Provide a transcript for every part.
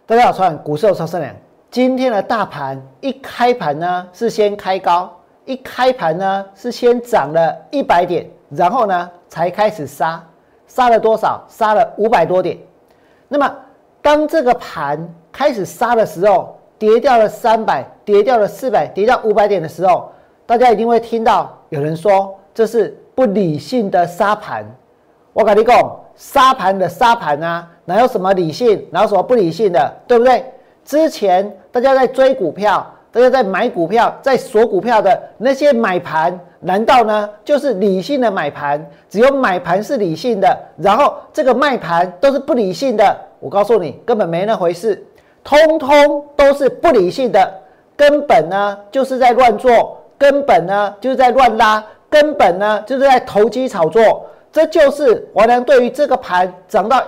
大家好，我是股市超生良。今天的大盘一开盘呢是先开高，一开盘呢是先涨了100点，然后呢才开始杀，杀了多少？杀了500多点。那么当这个盘开始杀的时候，跌掉了300，跌掉了400，跌掉500点的时候，大家一定会听到有人说这是不理性的杀盘。我跟你讲，杀盘的杀盘啊，哪有什么理性，哪有什么不理性的，对不对？之前大家在追股票，大家在买股票，在锁股票的那些买盘，难道呢就是理性的买盘？只有买盘是理性的，然后这个卖盘都是不理性的？我告诉你，根本没那回事，通通都是不理性的，根本呢就是在乱做，根本呢就是在乱拉，根本呢就是在投机炒作。这就是我良对于这个盘涨到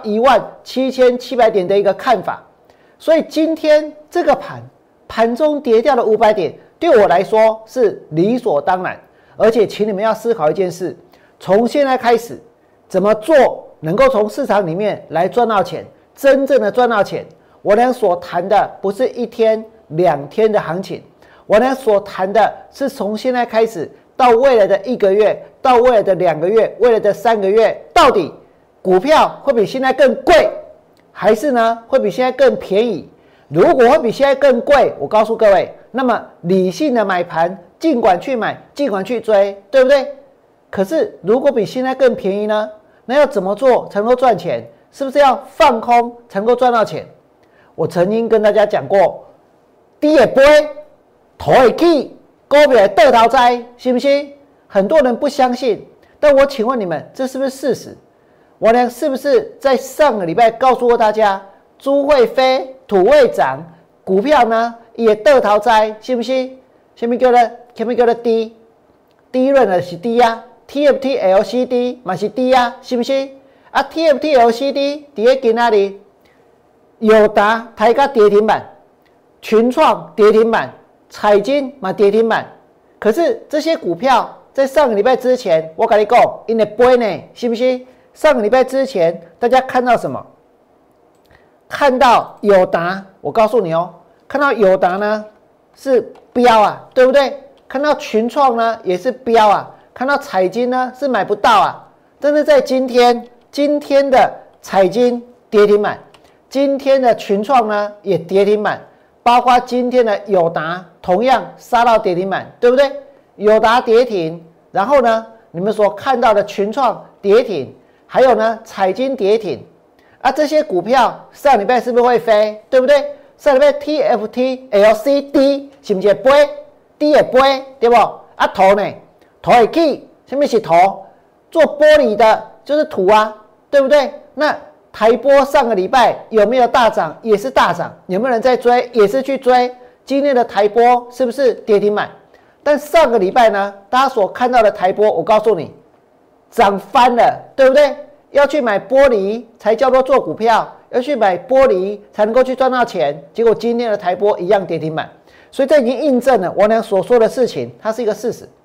17700点的一个看法。所以今天这个盘中跌掉了500点，对我来说是理所当然。而且请你们要思考一件事，从现在开始怎么做能够从市场里面来赚到钱，真正的赚到钱。我良所谈的不是1天2天的行情，我良所谈的是从现在开始到未来的1个月，到未来的2个月，未来的3个月，到底股票会比现在更贵，还是呢会比现在更便宜？如果会比现在更贵，我告诉各位，那么理性的买盘尽管去买，尽管去追，对不对？可是如果比现在更便宜呢？那要怎么做才能够赚钱？是不是要放空才能够赚到钱？我曾经跟大家讲过，低会飞，头会起，股票会倒头栽，信不信？很多人不相信，但我请问你们，这是不是事实？我呢，是不是在上个礼拜告诉过大家，猪会飞，土会长，股票呢也倒头栽，信不信？什么叫做低？低润的是低啊 ，TFT LCD 嘛是低啊，信不信？啊 ，TFT LCD 伫个今仔日，友达抬价跌停板，群创跌停板，彩晶嘛跌停板。可是这些股票在上个礼拜之前，我跟你讲，因为飞呢，信不信？上个礼拜之前，大家看到什么？看到友达，我告诉你哦，看到友达呢是飙啊，对不对？看到群创呢也是飙啊，看到彩晶呢是买不到啊。但是在今天的彩晶跌停板，今天的群创呢也跌停板，包括今天的友达同样杀到跌停板，对不对？友达跌停，然后呢，你们所看到的群创跌停，还有呢彩晶跌停啊，这些股票上礼拜是不是会飞？对不对？上礼拜 TFT LCD 是不是会飞？低也飞，对不？啊头呢？头会起，什么是头？做玻璃的就是土啊，对不对？那台玻上个礼拜有没有大涨？也是大涨。有没有人在追？也是去追。今天的台玻是不是跌停板？但上个礼拜呢，大家所看到的台玻，我告诉你，涨翻了，对不对？要去买玻璃才叫做做股票，要去买玻璃才能够去赚到钱。结果今天的台玻一样跌停板，所以这已经印证了我俩所说的事情，它是一个事实。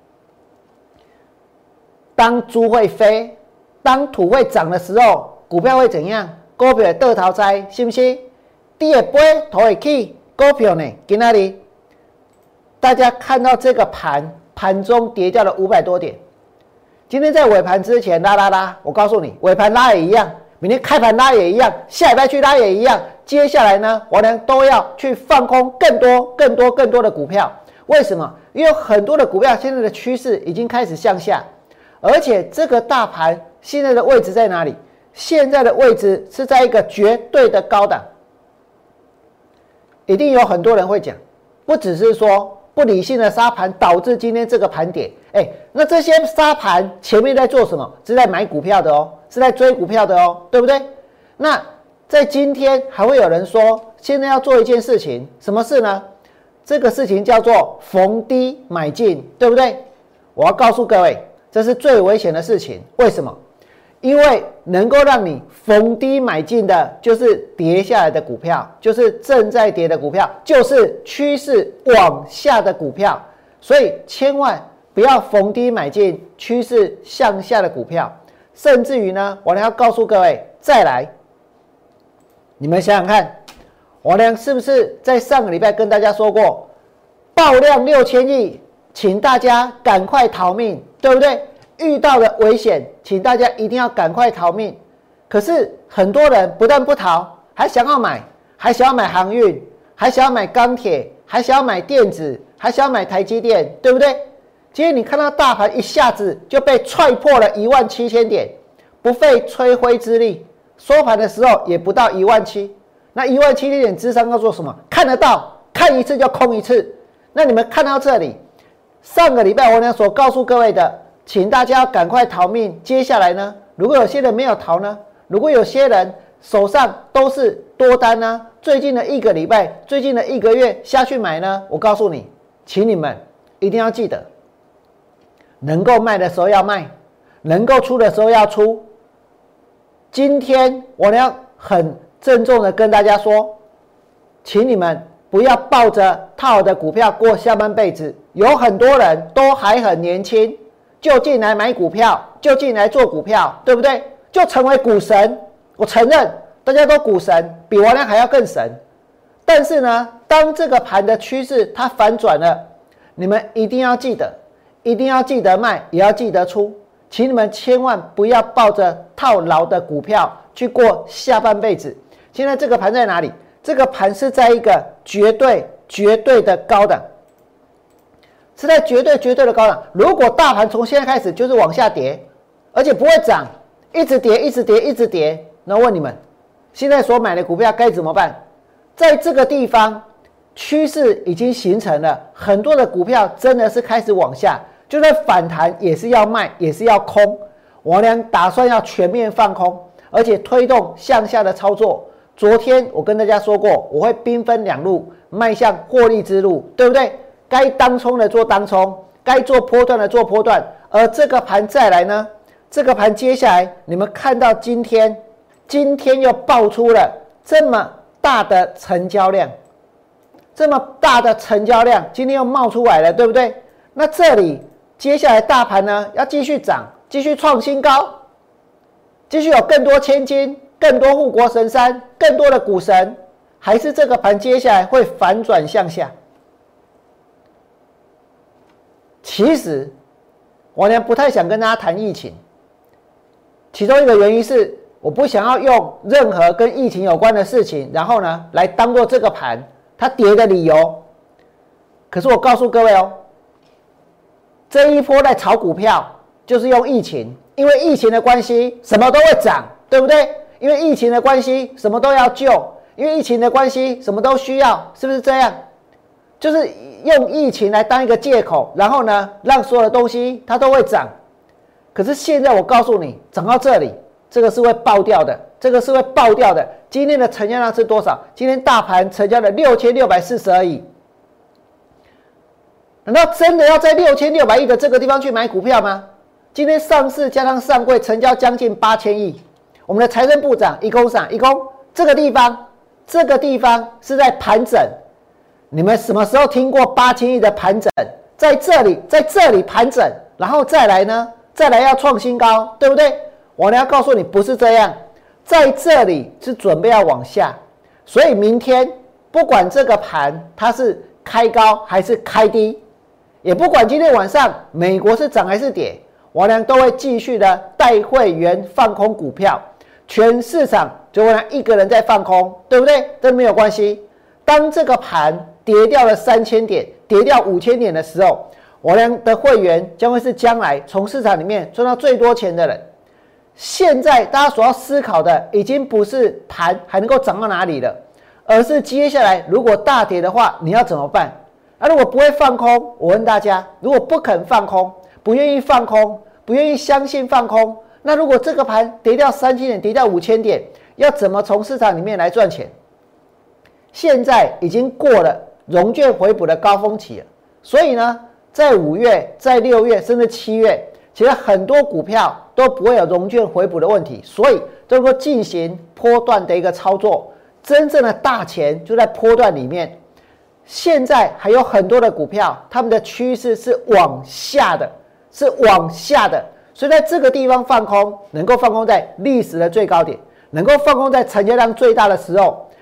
当猪会飞，当土会涨的时候，股票会怎样？股票会倒头栽，信不信？低会飞，土会起，股票呢？今天里大家看到这个盘中跌掉了500多点。今天在尾盘之前拉，我告诉你，尾盘拉也一样，明天开盘拉也一样，下礼拜去拉也一样。接下来呢，我俩都要去放空更多的股票。为什么？因为很多的股票现在的趋势已经开始向下，而且这个大盘现在的位置在哪里？现在的位置是在一个绝对的高档。一定有很多人会讲，不只是说不理性的杀盘导致今天这个盘跌，那这些杀盘前面在做什么？是在买股票的哦，是在追股票的哦，对不对？那在今天还会有人说，现在要做一件事情，什么事呢？这个事情叫做逢低买进，对不对？我要告诉各位，这是最危险的事情。为什么？因为能够让你逢低买进的，就是跌下来的股票，就是正在跌的股票，就是趋势往下的股票。所以千万不要逢低买进趋势向下的股票。甚至于呢，我还要告诉各位，再来，你们想想看， 我呢是不是在上个礼拜跟大家说过，爆量6000亿，请大家赶快逃命，对不对？遇到了危险，请大家一定要赶快逃命。可是很多人不但不逃，还想要买，还想要买航运，还想要买钢铁，还想要买电子，还想要买台积电，对不对？今天你看到大盘一下子就被踹破了17000点，不费吹灰之力，收盘的时候也不到17000。那17000点智商要做什么？看得到，看一次就空一次。那你们看到这里，上个礼拜我呢所告诉各位的，请大家要赶快逃命。接下来呢，如果有些人没有逃呢？如果有些人手上都是多单呢？最近的1个礼拜，最近的1个月下去买呢？我告诉你，请你们一定要记得，能够卖的时候要卖，能够出的时候要出。今天我呢要很郑重的跟大家说，请你们不要抱着套好的股票过下半辈子。有很多人都还很年轻，就进来买股票，就进来做股票，对不对？就成为股神。我承认大家都股神，比王良还要更神。但是呢，当这个盘的趋势它反转了，你们一定要记得，一定要记得卖，也要记得出。请你们千万不要抱着套牢的股票去过下半辈子。现在这个盘在哪里？这个盘是在一个绝对的高档，是在绝对的高档。如果大盘从现在开始就是往下跌，而且不会涨，一直跌，那问你们，现在所买的股票该怎么办？在这个地方，趋势已经形成了，很多的股票真的是开始往下，就算反弹也是要卖，也是要空。我俩打算要全面放空，而且推动向下的操作。昨天我跟大家说过，我会兵分2路，迈向获利之路，对不对？该当冲的做当冲，该做波段的做波段。而这个盘再来呢？这个盘接下来，你们看到今天又爆出了这么大的成交量，今天又冒出来了，对不对？那这里接下来大盘呢要继续涨，继续创新高，继续有更多千金，更多护国神山，更多的股神，还是这个盘接下来会反转向下？其实我呢不太想跟大家谈疫情，其中一个原因是我不想要用任何跟疫情有关的事情，然后呢来当做这个盘它跌的理由。可是我告诉各位哦，这一波在炒股票就是用疫情，因为疫情的关系什么都会涨，对不对？因为疫情的关系什么都要救，因为疫情的关系什么都需要，是不是这样？就是用疫情来当一个借口，然后呢让所有的东西它都会涨。可是现在我告诉你，涨到这里，这个是会爆掉的，今天的成交量是多少？今天大盘成交了6642亿。难道真的要在6600亿的这个地方去买股票吗？今天上市加上上柜成交将近8000亿。我们的财政部长一公这个地方是在盘整。你们什么时候听过8000亿的盘整？在这里盘整，然后再来呢？再来要创新高，对不对？我呢要告诉你，不是这样，在这里是准备要往下，所以明天不管这个盘它是开高还是开低，也不管今天晚上美国是涨还是跌，我呢都会继续的带会员放空股票，全市场就会一个人在放空，对不对？这没有关系。当这个盘跌掉了3000点，跌掉5000点的时候，我俩的会员将会是将来从市场里面赚到最多钱的人。现在大家所要思考的已经不是盘还能够涨到哪里了，而是接下来如果大跌的话，你要怎么办？如果不会放空，我问大家，如果不肯放空，不愿意放空，不愿意相信放空，那如果这个盘跌掉3000点，跌掉5000点，要怎么从市场里面来赚钱？现在已经过了融券回补的高峰期了，所以呢，在5月、在6月甚至7月，其实很多股票都不会有融券回补的问题，所以都能够进行波段的一个操作。真正的大钱就在波段里面。现在还有很多的股票，它们的趋势是往下的，所以在这个地方放空，能够放空在历史的最高点，能够放空在成交量最大的时候。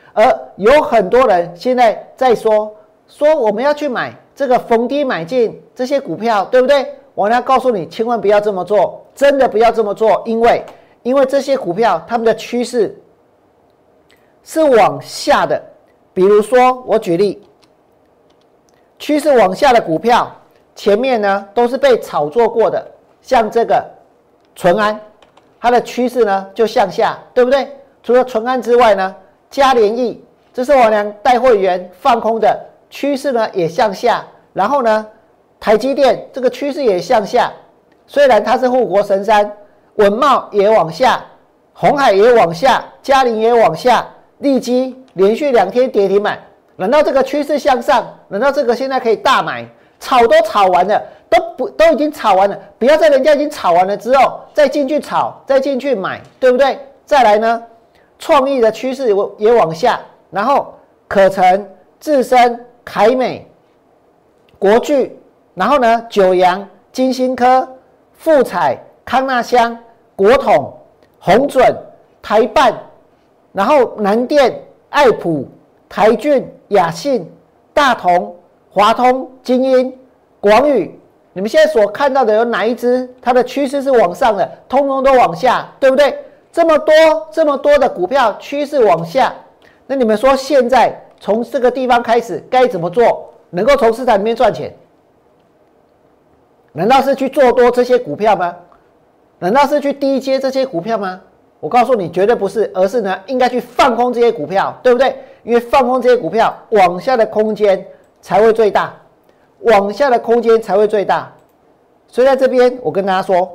而有很多人现在在说我们要去买这个逢低买进这些股票，对不对？我要告诉你，千万不要这么做，真的不要这么做，因为这些股票它们的趋势是往下的。比如说我举例，趋势往下的股票前面呢都是被炒作过的，像这个淳安，它的趋势呢就向下，对不对？除了淳安之外呢，嘉联益，这是我俩带会员放空的，趋势呢也向下。然后呢，台积电这个趋势也向下，虽然它是护国神山，稳懋也往下，鸿海也往下，嘉陵也往下，利基连续2天跌停板。难道这个趋势向上？难道这个现在可以大买？炒都炒完了，都已经炒完了，不要在人家已经炒完了之后再进去炒，再进去买，对不对？再来呢，创意的趋势也往下，然后可成、智深、凯美、国巨，然后呢，九阳、金星科、富彩、康那香、国统、宏准、台办，然后南电、爱普、台骏、雅信、大同、华通、精英、广宇，你们现在所看到的有哪一支它的趋势是往上的？通通都往下，对不对？这么多的股票趋势往下，那你们说现在从这个地方开始该怎么做，能够从市场里面赚钱？难道是去做多这些股票吗？难道是去低接这些股票吗？我告诉你，绝对不是，而是呢，应该去放空这些股票，对不对？因为放空这些股票，往下的空间才会最大，往下的空间才会最大。所以在这边，我跟大家说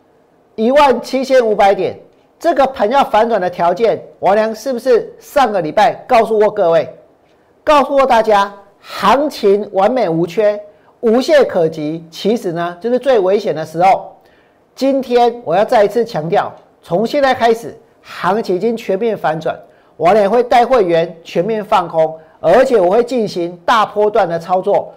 ，17500点这个盘要反转的条件，王良是不是上个礼拜告诉过各位，告诉过大家，行情完美无缺，无懈可击，其实呢，就是最危险的时候。今天我要再一次强调，从现在开始，行情已经全面反转，我也会带会员全面放空，而且我会进行大波段的操作，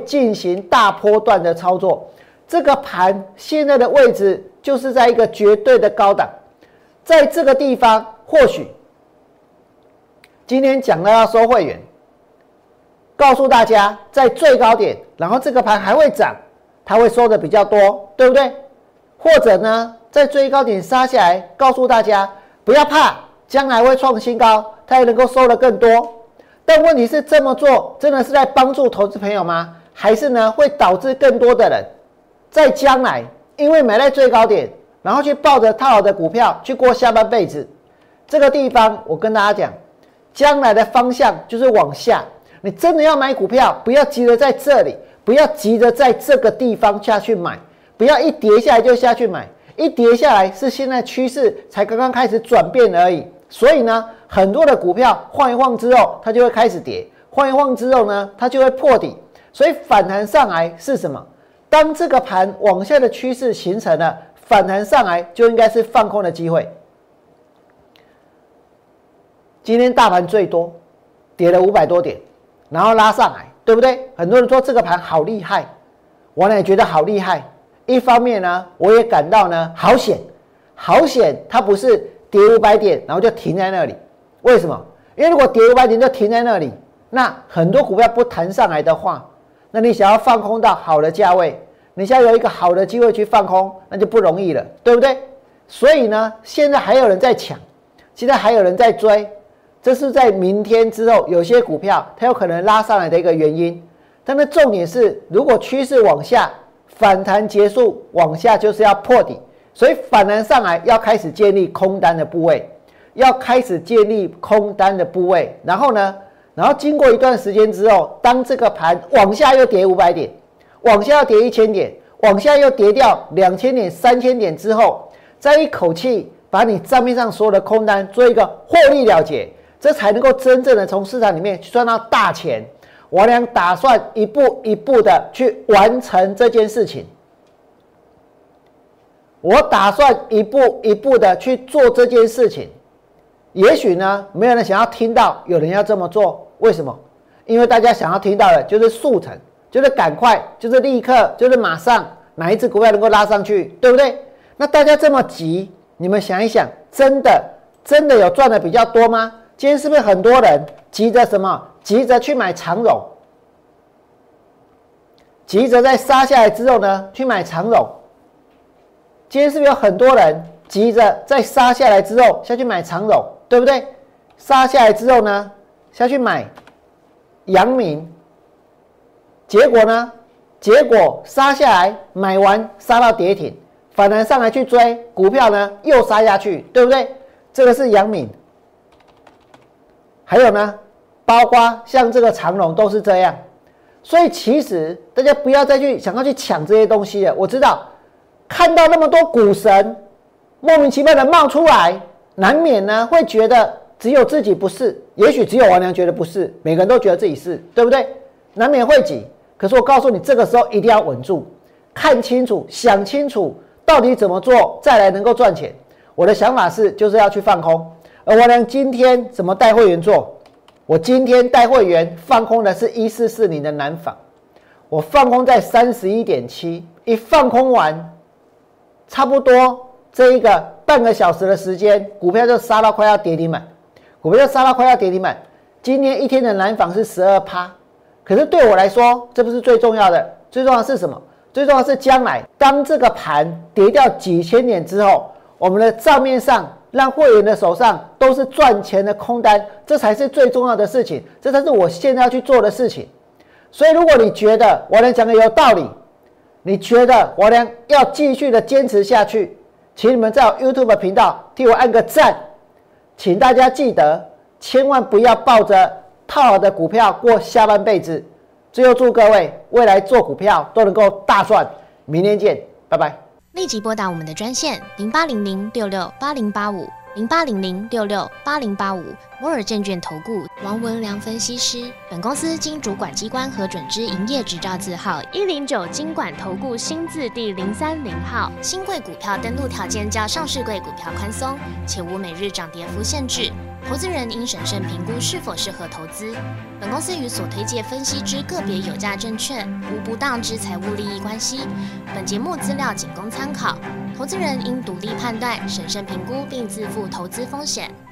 这个盘现在的位置就是在一个绝对的高档，在这个地方，或许今天讲到要收会员，告诉大家在最高点，然后这个盘还会涨，它会收的比较多，对不对？或者呢，在最高点杀下来，告诉大家不要怕，将来会创新高，它也能够收的更多。但问题是，这么做真的是在帮助投资朋友吗？还是呢，会导致更多的人在将来因为买在最高点，然后去抱着套好的股票去过下半辈子？这个地方我跟大家讲，将来的方向就是往下。你真的要买股票，不要急着在这里，不要急着在这个地方下去买。不要一跌下来就下去买，一跌下来是现在趋势才刚刚开始转变而已。所以呢，很多的股票晃一晃之后，它就会开始跌；晃一晃之后呢，它就会破底。所以反弹上来是什么？当这个盘往下的趋势形成了，反弹上来就应该是放空的机会。今天大盘最多跌了500多点，然后拉上来，对不对？很多人说这个盘好厉害，我呢也觉得好厉害。一方面呢，我也感到呢好险，它不是跌500点然后就停在那里。为什么？因为如果跌500点就停在那里，那很多股票不弹上来的话，那你想要放空到好的价位，你想要有一个好的机会去放空，那就不容易了，对不对？所以呢，现在还有人在抢，现在还有人在追，这是在明天之后有些股票它有可能拉上来的一个原因。但是重点是，如果趋势往下，反弹结束往下就是要破底，所以反弹上来要开始建立空单的部位，然后呢，经过一段时间之后，当这个盘往下又跌500点，往下又跌1000点，往下又跌掉2000点、3000点之后，再一口气把你账面上所有的空单做一个获利了结，这才能够真正的从市场里面赚到大钱。我俩打算一步一步的去完成这件事情，我打算一步一步的去做这件事情。也许呢，没有人想要听到有人要这么做，为什么？因为大家想要听到的就是速成，就是赶快，就是立刻，就是马上，哪一只股票能够拉上去，对不对？那大家这么急，你们想一想，真的有赚的比较多吗？ 今天是不是很多人急着什么？急着去买长荣，急着在杀下来之后呢，去买长荣。今天是不是有很多人急着在杀下来之后下去买长荣，对不对？杀下来之后呢，下去买阳明，结果呢？结果杀下来，买完杀到跌停，反弹上来去追股票呢，又杀下去，对不对？这个是阳明。还有呢，包括像这个长荣都是这样。所以其实大家不要再去想要去抢这些东西了。我知道看到那么多股神莫名其妙的冒出来，难免呢会觉得只有自己不是，也许只有王良觉得不是，每个人都觉得自己是，对不对？难免会挤。可是我告诉你，这个时候一定要稳住，看清楚，想清楚到底怎么做，再来能够赚钱。我的想法是，就是要去放空。而王良今天怎么带会员做？我今天带会员放空的是1440的南纺，我放空在31.7，一放空完，差不多这一个半个小时的时间，股票就杀到快要跌停板，股票就杀到快要跌停板。今天一天的南纺是12%，可是对我来说，这不是最重要的，最重要的是什么？最重要的是将来当这个盘跌掉几千点之后，我们的账面上让会员的手上都是赚钱的空单，这才是最重要的事情，这才是我现在要去做的事情。所以如果你觉得我俩讲的有道理，你觉得我俩要继续的坚持下去，请你们在我 YouTube 频道替我按个赞，请大家记得千万不要抱着套好的股票过下半辈子。最后祝各位未来做股票都能够大赚，明天见，拜拜。 立即拨打我们的专线0800668085 0800668085摩尔证券投顾王文良分析师。本公司经主管机关核准之营业执照字号109金管投顾新字第030号。新贵股票登录条件较上市贵股票宽松，且无每日涨跌幅限制。投资人应审慎评估是否适合投资。本公司与所推介分析之个别有价证券无不当之财务利益关系。本节目资料仅供参考，投资人应独立判断、审慎评估并自负投资风险。